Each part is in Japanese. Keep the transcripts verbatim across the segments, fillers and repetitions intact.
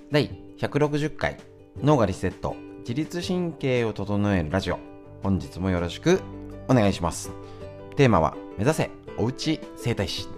だいひゃくろくじゅっかい脳がリセット、自律神経を整えるラジオ。本日もよろしくお願いします。テーマは目指せおうち整体師。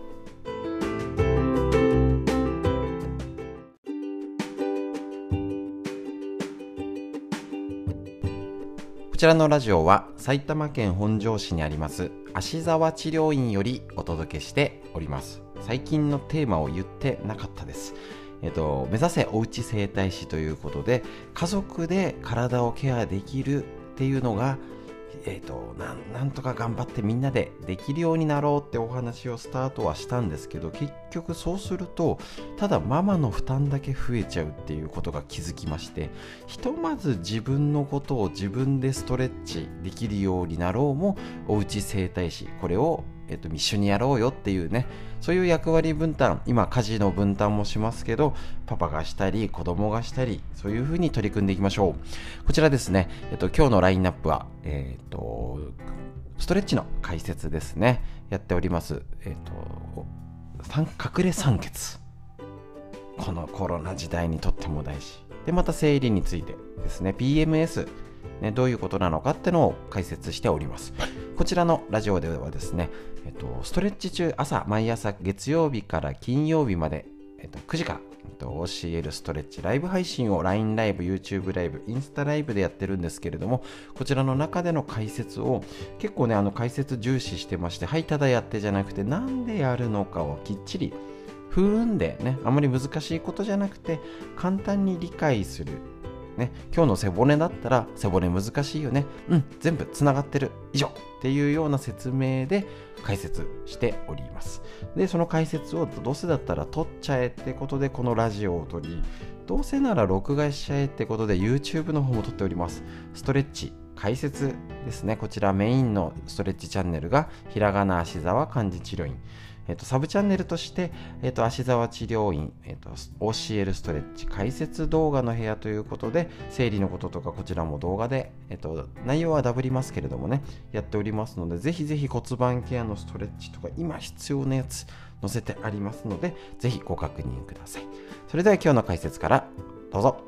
こちらのラジオは埼玉県本庄市にあります芦沢治療院よりお届けしております。最近のテーマを言ってなかったです。えっと、目指せおうち整体師ということで、家族で体をケアできるっていうのが、えっと、なん、なんとか頑張ってみんなでできるようになろうってお話をスタートはしたんですけど、結局そうするとただママの負担だけ増えちゃうっていうことが気づきまして、ひとまず自分のことを自分でストレッチできるようになろうもおうち整体師、これをえっと、一緒にやろうよっていうね、そういう役割分担、今家事の分担もしますけど、パパがしたり子供がしたり、そういう風に取り組んでいきましょう。こちらですね、えっと、今日のラインナップは、えっと、ストレッチの解説ですね、やっております。えっと、隠れ酸欠、このコロナ時代にとっても大事で、また生理についてですね、 ピーエムエス、ね、どういうことなのかってのを解説しております。こちらのラジオではですね、えっと、ストレッチ中、朝毎朝月曜日から金曜日まで、えっと、くじから、えっと、教えるストレッチライブ配信を ライン ライブ、YouTube ライブ、インスタライブでやってるんですけれども、こちらの中での解説を結構ね、あの解説重視してまして、はいただやってじゃなくて、なんでやるのかをきっちりふーんでね、あまり難しいことじゃなくて簡単に理解するね、今日の背骨だったら背骨難しいよね、うん、全部つながってる以上っていうような説明で解説しております。でその解説をどうせだったら撮っちゃえってことでこのラジオを撮り、どうせなら録画しちゃえってことで YouTube の方も撮っております。ストレッチ解説ですね。こちらメインのストレッチチャンネルがひらがな芦沢漢字治療院、えっと、サブチャンネルとして、えっと、芦沢治療院、えっと、教えるストレッチ解説動画の部屋ということで、生理のこととかこちらも動画で、えっと、内容はダブりますけれどもね、やっておりますので、ぜひぜひ骨盤ケアのストレッチとか今必要なやつ載せてありますので、ぜひご確認ください。それでは今日の解説からどうぞ。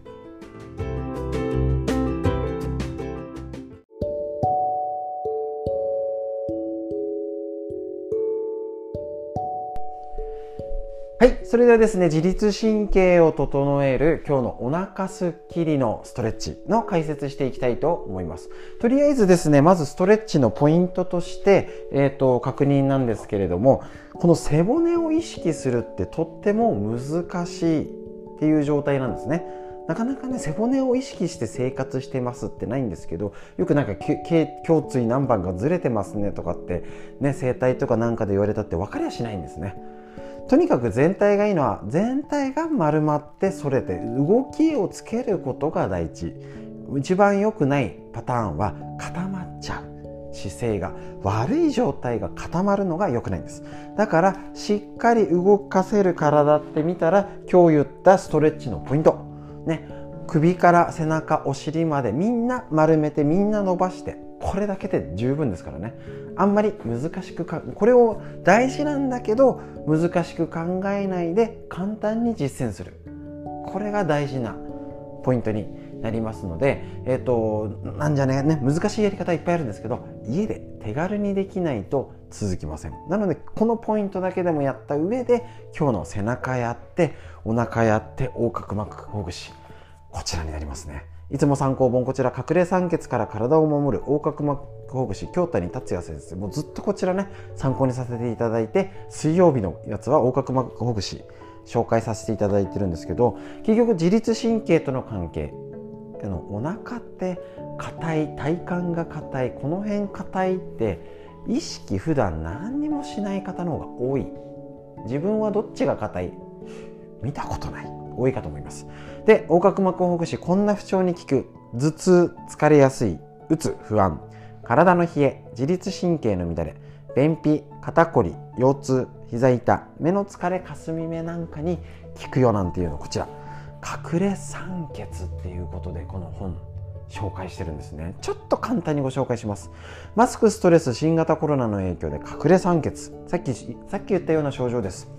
はい、それではですね、自律神経を整える今日のお腹すっきりのストレッチの解説していきたいと思います。とりあえずですね、まずストレッチのポイントとして、えっと、確認なんですけれども、この背骨を意識するってとっても難しいっていう状態なんですね。なかなかね、背骨を意識して生活してますってないんですけど、よくなんか胸椎何番がずれてますねとかってね、整体とかなんかで言われたって分かりゃしないんですね。とにかく全体がいいのは、全体が丸まって反れて動きをつけることが大事。一番良くないパターンは固まっちゃう。姿勢が悪い状態が固まるのが良くないんです。だからしっかり動かせる体って見たら、今日言ったストレッチのポイントね、首から背中お尻までみんな丸めて、みんな伸ばして、これだけで十分ですからね。あんまり難しくか、これを大事なんだけど難しく考えないで簡単に実践する、これが大事なポイントになりますので、えっとなんじゃねね難しいやり方いっぱいあるんですけど、家で手軽にできないと続きません。なのでこのポイントだけでもやった上で、今日の背中やってお腹やって横隔膜ほぐし、こちらになりますね。いつも参考本、こちら隠れ酸欠から体を守る横隔膜ほぐし、京谷達也先生、もうずっとこちらね参考にさせていただいて、水曜日のやつは横隔膜ほぐし紹介させていただいてるんですけど、結局自律神経との関係、あのお腹って硬い、体幹が硬い、この辺硬いって意識普段何にもしない方の方が多い。自分はどっちが硬い見たことない、多いかと思います。で、横隔膜ほぐし、こんな不調に効く。頭痛、疲れやすい、うつ、不安、体の冷え、自律神経の乱れ、便秘、肩こり、腰痛、膝痛、目の疲れ、かすみ目なんかに効くよなんていうの、こちら隠れ酸欠っていうことでこの本紹介してるんですね。ちょっと簡単にご紹介します。マスク、ストレス、新型コロナの影響で隠れ酸欠、さっきさっき言ったような症状です。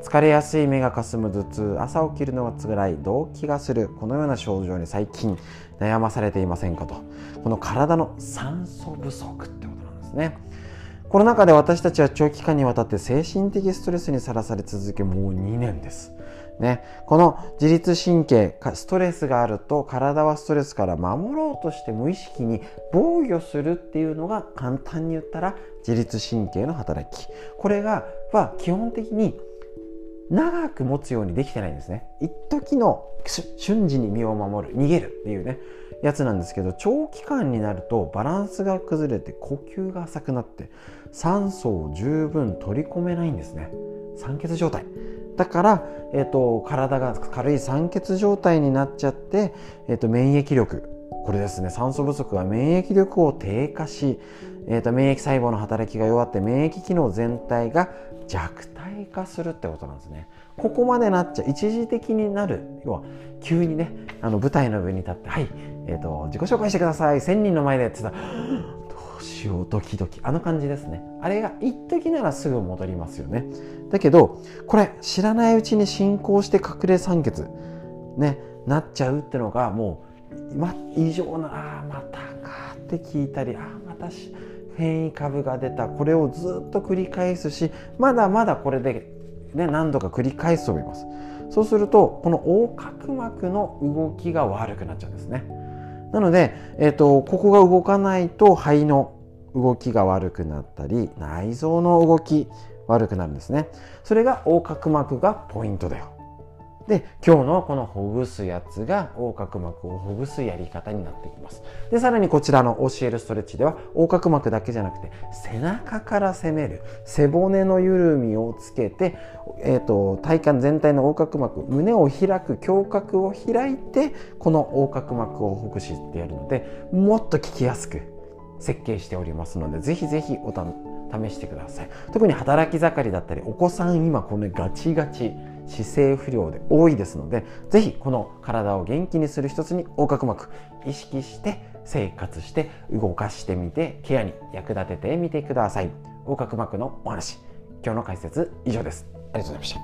疲れやすい、目がかすむ、頭痛、朝起きるのが辛い、動悸がする、このような症状に最近悩まされていませんかと。この体の酸素不足ってことなんですね。コロナ禍で私たちは長期間にわたって精神的ストレスにさらされ続け、もうにねんですね。この自律神経、ストレスがあると体はストレスから守ろうとして無意識に防御するっていうのが、簡単に言ったら自律神経の働き。これがは基本的に長く持つようにできてないんですね。一時の瞬時に身を守る、逃げるっていうねやつなんですけど、長期間になるとバランスが崩れて呼吸が浅くなって酸素を十分取り込めないんですね。酸欠状態だから、えー、と体が軽い酸欠状態になっちゃって、えー、と免疫力、これですね、酸素不足は免疫力を低下し、えー、と免疫細胞の働きが弱って免疫機能全体が弱体化するってことなんですね。ここまでなっちゃ一時的になる、要は急にね、あの舞台の上に立って、はい、えー、と自己紹介してください、せんにんの前でって言ったらどうしよう、ドキドキ、あの感じですね。あれが一時ならすぐ戻りますよね。だけどこれ知らないうちに進行して隠れ酸欠ねなっちゃうってのが、もう、ま、異常な、あまたかって聞いたり、あまたし変異株が出た、これをずっと繰り返すし、まだまだこれで、ね、何度か繰り返すと思います。そうするとこの横隔膜の動きが悪くなっちゃうんですね。なので、えーと、ここが動かないと肺の動きが悪くなったり、内臓の動き悪くなるんですね。それが横隔膜がポイントだよ。で、今日のこのほぐすやつが横隔膜をほぐすやり方になってきます。で、さらにこちらの教えるストレッチでは、横隔膜だけじゃなくて背中から攻める背骨の緩みをつけて、えーと、体幹全体の横隔膜、胸を開く、胸郭を開いてこの横隔膜をほぐしてやるので、もっと効きやすく設計しておりますので、ぜひぜひお試してください。特に働き盛りだったり、お子さん今このガチガチ姿勢不良で多いですので、ぜひこの体を元気にする一つに横隔膜意識して生活して動かしてみて、ケアに役立ててみてください。横隔膜のお話、今日の解説以上です。ありがとうございました。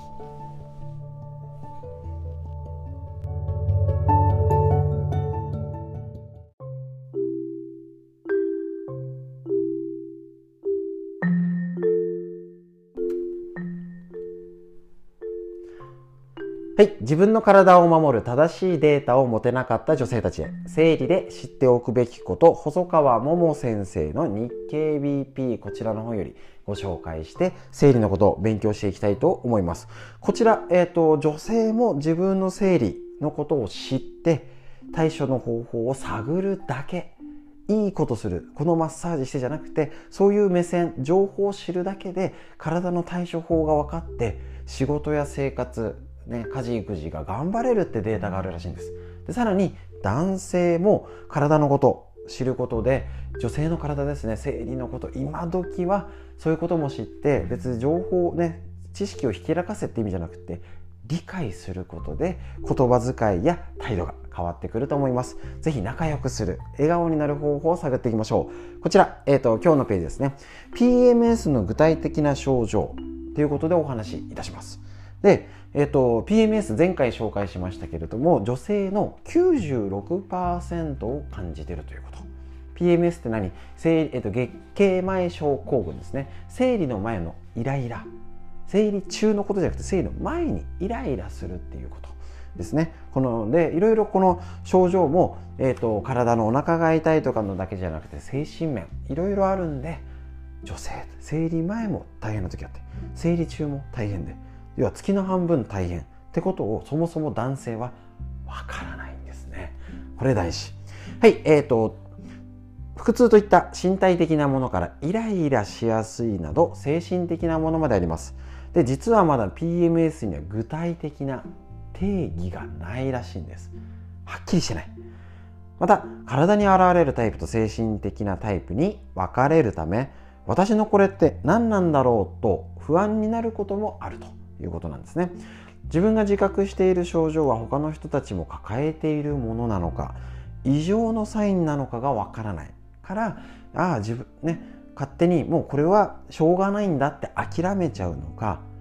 はい、自分の体を守る正しいデータを持てなかった女性たちへ、生理で知っておくべきこと、細川桃先生の日経 ビーピー、こちらの本よりご紹介して、生理のことを勉強していきたいと思います。こちら、えーと、女性も自分の生理のことを知って対処の方法を探るだけ、いいことする、このマッサージしてじゃなくて、そういう目線、情報を知るだけで体の対処法が分かって、仕事や生活ね、家事育児が頑張れるってデータがあるらしいんです。で、さらに男性も体のことを知ることで、女性の体ですね、生理のこと、今時はそういうことも知って、別に情報ね、知識をひけらかせって意味じゃなくて、理解することで言葉遣いや態度が変わってくると思います。ぜひ仲良くする、笑顔になる方法を探っていきましょう。こちら、えーと、今日のページですね。ピーエムエス の具体的な症状ということでお話しいたします。で、えーと、ピーエムエス 前回紹介しましたけれども、女性の きゅうじゅうろくパーセント を感じているということ。ピーエムエス って何？生理、えーと、月経前症候群ですね。生理の前のイライラ。生理中のことじゃなくて、生理の前にイライラするっていうことですね。このでいろいろこの症状も、えーと、体のお腹が痛いとかのだけじゃなくて、精神面いろいろあるんで、女性生理前も大変な時あって、生理中も大変で、要は月の半分大変ってことをそもそも男性はわからないんですね。これ大事。はい、えーと腹痛といった身体的なものからイライラしやすいなど精神的なものまであります。で、実はまだ ピーエムエス には具体的な定義がないらしいんです。はっきりしてない。また、体に現れるタイプと精神的なタイプに分かれるため、私のこれって何なんだろうと不安になることもあるということなんですね。自分が自覚している症状は他の人たちも抱えているものなのか、異常のサインなのかがわからないから、ああ自分ね、勝手にもうこれはしょうがないんだって諦めちゃうのか、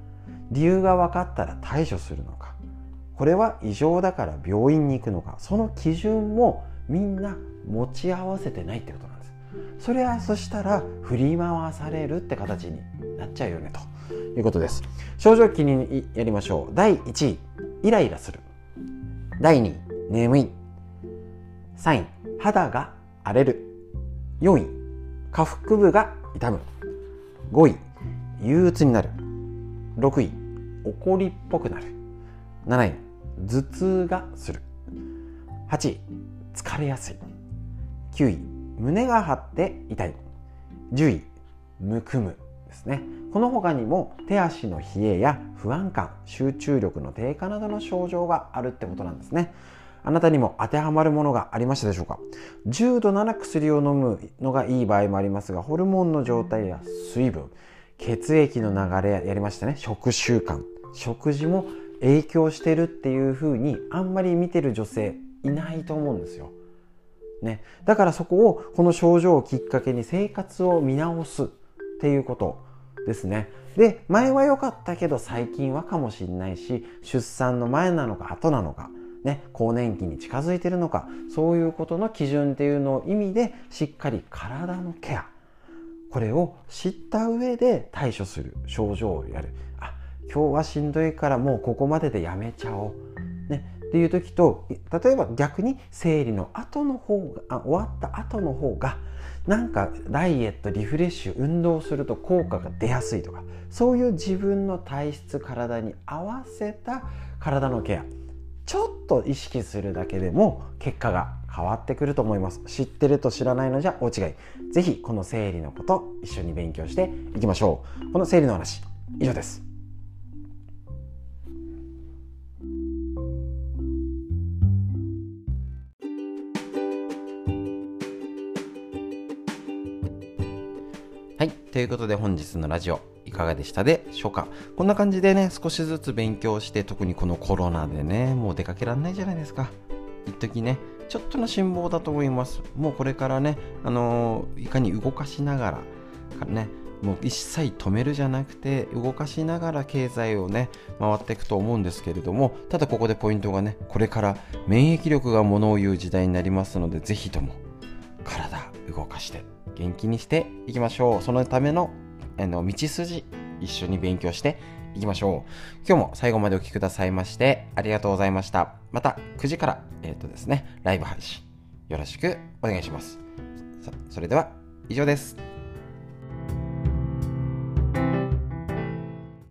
理由が分かったら対処するのか、これは異常だから病院に行くのか、その基準もみんな持ち合わせてないってことなんです。それはそしたら振り回されるって形になっちゃうよねということです。症状気にやりましょう。だいいちい、イライラする。だいにい、眠い。さんい、肌が荒れる。よんい、下腹部が痛む。ごい、憂鬱になる。ろくい、怒りっぽくなる。なない、頭痛がする。はちい、疲れやすい。きゅうい、胸が張って痛い。じゅうい、むくむですね。この他にも手足の冷えや不安感、集中力の低下などの症状があるってことなんですね。あなたにも当てはまるものがありましたでしょうか。重度なら薬を飲むのがいい場合もありますが、ホルモンの状態や水分、血液の流れやりましたね、食習慣、食事も影響してるっていう風にあんまり見てる女性いないと思うんですよ、ね、だからそこをこの症状をきっかけに生活を見直すっていうことですね。で、前は良かったけど最近はかもしれないし、出産の前なのか後なのかね、更年期に近づいているのか、そういうことの基準っていうのを意味でしっかり体のケア、これを知った上で対処する、症状をやる。あ、今日はしんどいからもうここまででやめちゃおう、ね、っていう時と、例えば逆に生理の後の方が、あ、終わった後の方がなんかダイエット、リフレッシュ、運動すると効果が出やすいとか、そういう自分の体質、体に合わせた体のケア、ちょっと意識するだけでも結果が変わってくると思います。知ってると知らないのじゃ大違い。ぜひこの生理のこと一緒に勉強していきましょう。この生理の話、以上です。はい、ということで本日のラジオいかがでしたでしょうか。こんな感じでね、少しずつ勉強して、特にこのコロナでね、もう出かけられないじゃないですか。一時ね、ちょっとの辛抱だと思います。もうこれからね、あのー、いかに動かしながらね、もう一切止めるじゃなくて動かしながら経済をね回っていくと思うんですけれども、ただここでポイントがね、これから免疫力がものを言う時代になりますので、ぜひとも体動かして元気にしていきましょう。そのためのあの道筋、一緒に勉強していきましょう。今日も最後までお聞きくださいましてありがとうございました。またくじからえっとですねライブ配信よろしくお願いします。それでは以上です。